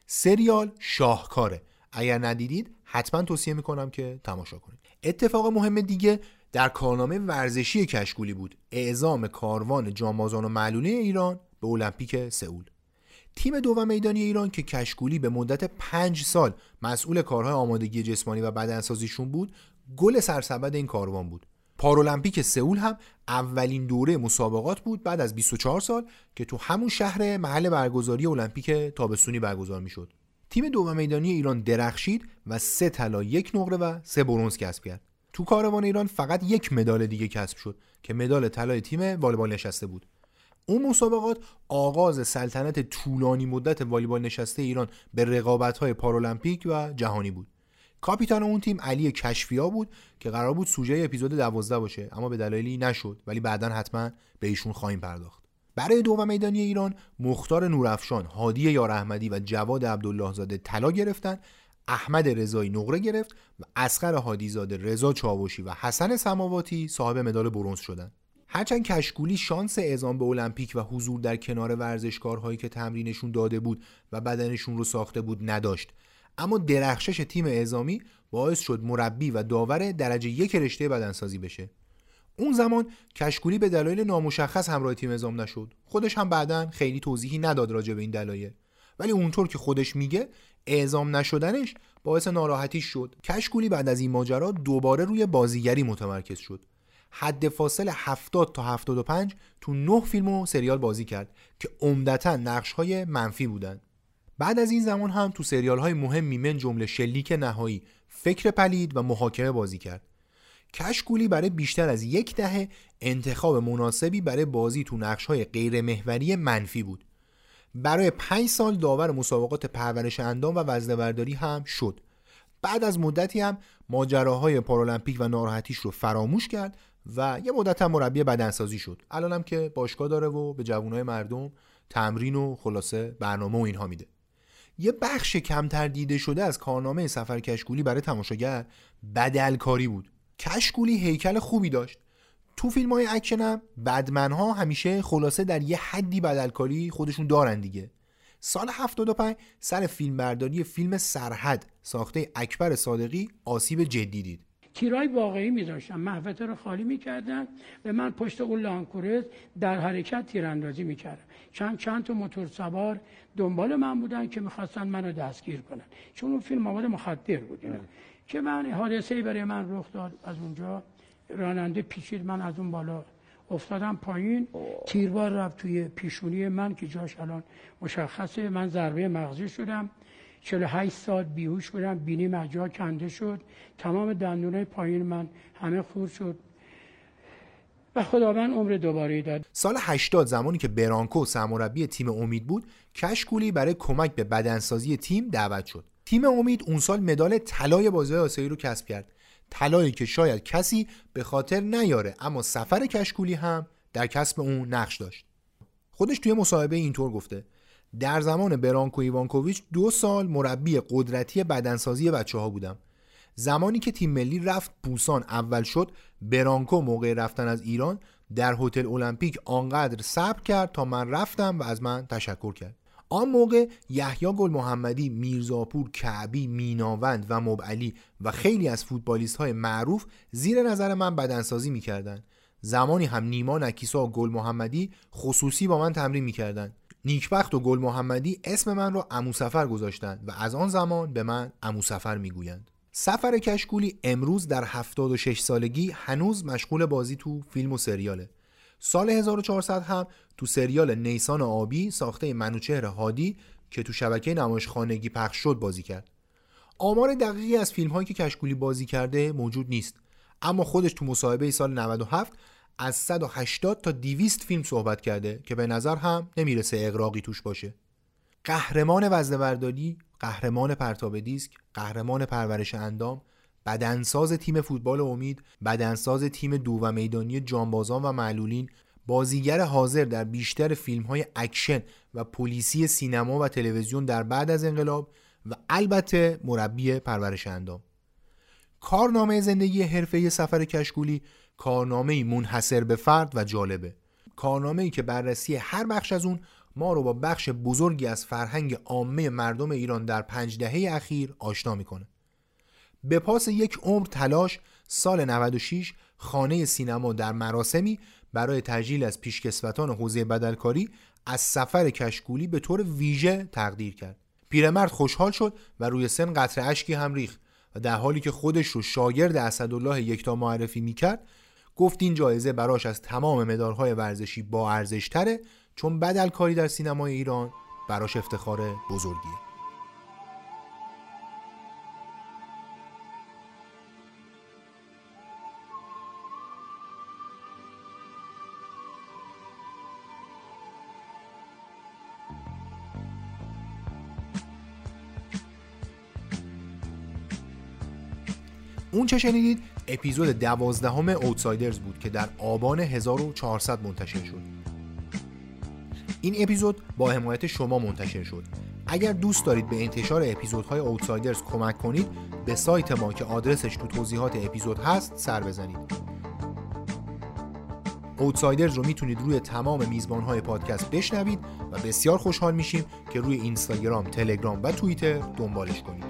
سریال شاهکاره. اگر ندیدید حتما توصیه میکنم که تماشا کنید. اتفاق مهم دیگه در کارنامه ورزشی کشکولی بود، اعزام کاروان جانبازان و معلولی ایران به المپیک سئول. تیم دوم میدانی ایران که کشکولی به مدت 5 سال مسئول کارهای آمادگی جسمانی و بدنسازیشون بود، گل سرسبد این کاروان بود. پارالمپیک سئول هم اولین دوره مسابقات بود بعد از 24 سال که تو همون شهر محل برگزاری المپیک تابستونی برگزار میشد. تیم دوم میدانی ایران درخشید و 3 طلا، 1 نقره و 3 برنز کسب کرد. تو کاروان ایران فقط 1 مدال دیگه کسب شد که مدال طلای تیم والیبال نشسته بود. اون مسابقات آغاز سلطنت طولانی مدت والیبال نشسته ایران به رقابت‌های پارالمپیک و جهانی بود. کاپیتان اون تیم علی کشفیا بود که قرار بود سوژه اپیزود 12 باشه، اما به دلایلی نشد، ولی بعداً حتما به ایشون خواهیم پرداخت. برای دوم میدانی ایران مختار نورافشان، هادی یار احمدی و جواد عبدالله زاده طلا گرفتن، احمد رضایی نقره گرفت و اصغر هادی زاده، رضا چاوشی و حسن سماواتی صاحب مدال برنز شدند. هرچند کشکولی شانس اعزام به المپیک و حضور در کنار ورزشکارهایی که تمرینشون داده بود و بدنشون رو ساخته بود نداشت، اما درخشش تیم اعزامی باعث شد مربی و داور درجه 1 رشته بدنسازی بشه. اون زمان کشکولی به دلایل نامشخص همراه تیم اعزام نشد. خودش هم بعداً خیلی توضیحی نداد راجع به این دلایل، ولی اونطور که خودش میگه اعزام نشدنش باعث ناراحتی شد. کشکولی بعد از این ماجرا دوباره روی بازیگری متمرکز شد. حد فاصل 70 تا 75 تو 9 فیلم و سریال بازی کرد که عمدتاً نقش‌های منفی بودند. بعد از این زمان هم تو سریال‌های مهمی من جمله شلیک نهایی، فکر پلید و محاکمه بازی کرد. کشکولی برای بیشتر از 1 دهه انتخاب مناسبی برای بازی تو نقش‌های غیر محوری منفی بود. برای 5 سال داور مسابقات پرورش اندام و وزنه‌برداری هم شد. بعد از مدتی هم ماجراهای پارالمپیک و ناراحتیش رو فراموش کرد و یه مدت هم مربی بدنسازی شد. الانم که باشگاه داره و به جوانای مردم تمرین و خلاصه برنامه و اینها میده. یه بخش کمتر دیده شده از کارنامه سفر کشکولی برای تماشاگر بدلکاری بود. کشکولی هیکل خوبی داشت. تو فیلم‌های اکشن هم بدمن‌ها همیشه خلاصه در یه حدی بدلکاری خودشون دارن دیگه. سال 75 سر فیلمبرداری فیلم سرحد ساخته اکبر صادقی آسیب جدی دید. تیرای واقعی می‌ذاشتن، محوطه رو خالی می‌کردن، به من پشت اون لانکورز در حرکت تیراندازی می‌کردن. چند تا موتور سوار دنبال من بودن که می‌خواستن منو دستگیر کنن، چون اون فیلم مواد مخدر بود. که من حادثه‌ای برای من رخ داد. از اونجا راننده پیچید، من از اون بالا افتادم پایین، تیربار رفت توی پیشونی من که جاش الان مشخصه. من ضربه مغزی شدم، 48 ساعت بیهوش بودم، بینیم از جا کنده شد، تمام دندونای پایین من همه خورد شد و خداوند عمر دوباره داد. سال 80 زمانی که برانکو سرمربی تیم امید بود، کشکولی برای کمک به بدنسازی تیم دعوت شد. تیم امید اون سال مدال طلای بازی‌های آسیایی رو کسب کرد. طلایی که شاید کسی به خاطر نیاره، اما سفر کشکولی هم در کسب اون نقش داشت. خودش توی مصاحبه اینطور گفته: در زمان برانکو ایوانکوویچ 2 سال مربی قدرتی بدنسازی بچه‌ها بودم. زمانی که تیم ملی رفت بوسان اول شد، برانکو موقع رفتن از ایران در هتل المپیک آنقدر صبر کرد تا من رفتم و از من تشکر کرد. آن موقع یحیی گل محمدی، میرزاپور، کعبی، میناوند و مبعلی و خیلی از فوتبالیست‌های معروف زیر نظر من بدنسازی می‌کردند. زمانی هم نیما نکیسا و گل محمدی خصوصی با من تمرین می‌کردند. نیکبخت و گل محمدی اسم من را عمو سفر گذاشتند و از آن زمان به من عمو سفر می‌گویند. سفر کشکولی امروز در 76 سالگی هنوز مشغول بازی تو فیلم و سریاله. سال 1400 هم تو سریال نیسان آبی ساخته منوچهر هادی که تو شبکه نمایشخانگی پخش شد بازی کرد. آمار دقیقی از فیلم‌هایی که کشکولی بازی کرده موجود نیست، اما خودش تو مصاحبه سال 97 از 180 تا 200 فیلم صحبت کرده که به نظر هم نمیرسه اغراقی توش باشه. قهرمان وزنه‌برداری، قهرمان پرتاب دیسک، قهرمان پرورش اندام، بدنساز تیم فوتبال امید، بدنساز تیم دو و میدانی جانبازان و معلولین، بازیگر حاضر در بیشتر فیلم‌های اکشن و پلیسی سینما و تلویزیون در بعد از انقلاب و البته مربی پرورش اندام. کارنامه زندگی حرفه‌ای سفر کشکولی کارنامه‌ای منحصر به فرد و جالبه. کارنامه‌ای که بررسی هر بخش از اون ما رو با بخش بزرگی از فرهنگ عامه مردم ایران در 5 دهه اخیر آشنا میکنه. به پاس یک عمر تلاش، سال 96 خانه سینما در مراسمی برای تجلیل از پیشکسوتان حوزه بدلکاری از سفر کشکولی به طور ویژه تقدیر کرد. پیرمرد خوشحال شد و روی سن قطره اشکی هم ریخت و در حالی که خودش رو شاگرد اسدالله یکتا معرفی میکرد گفت این جایزه براش از تمام مدال‌های ورزشی با ارزش‌تره، چون بدلکاری در سینمای ایران براش افتخار بزرگیه. اون چه شنیدید اپیزود 12 اوتسایدرز بود که در آبان 1400 منتشر شد. این اپیزود با حمایت شما منتشر شد. اگر دوست دارید به انتشار اپیزودهای اوتسایدرز کمک کنید، به سایت ما که آدرسش تو توضیحات اپیزود هست سر بزنید. اوتسایدرز رو میتونید روی تمام میزبانهای پادکست بشنوید و بسیار خوشحال میشیم که روی اینستاگرام، تلگرام و توییتر دنبالش کنید.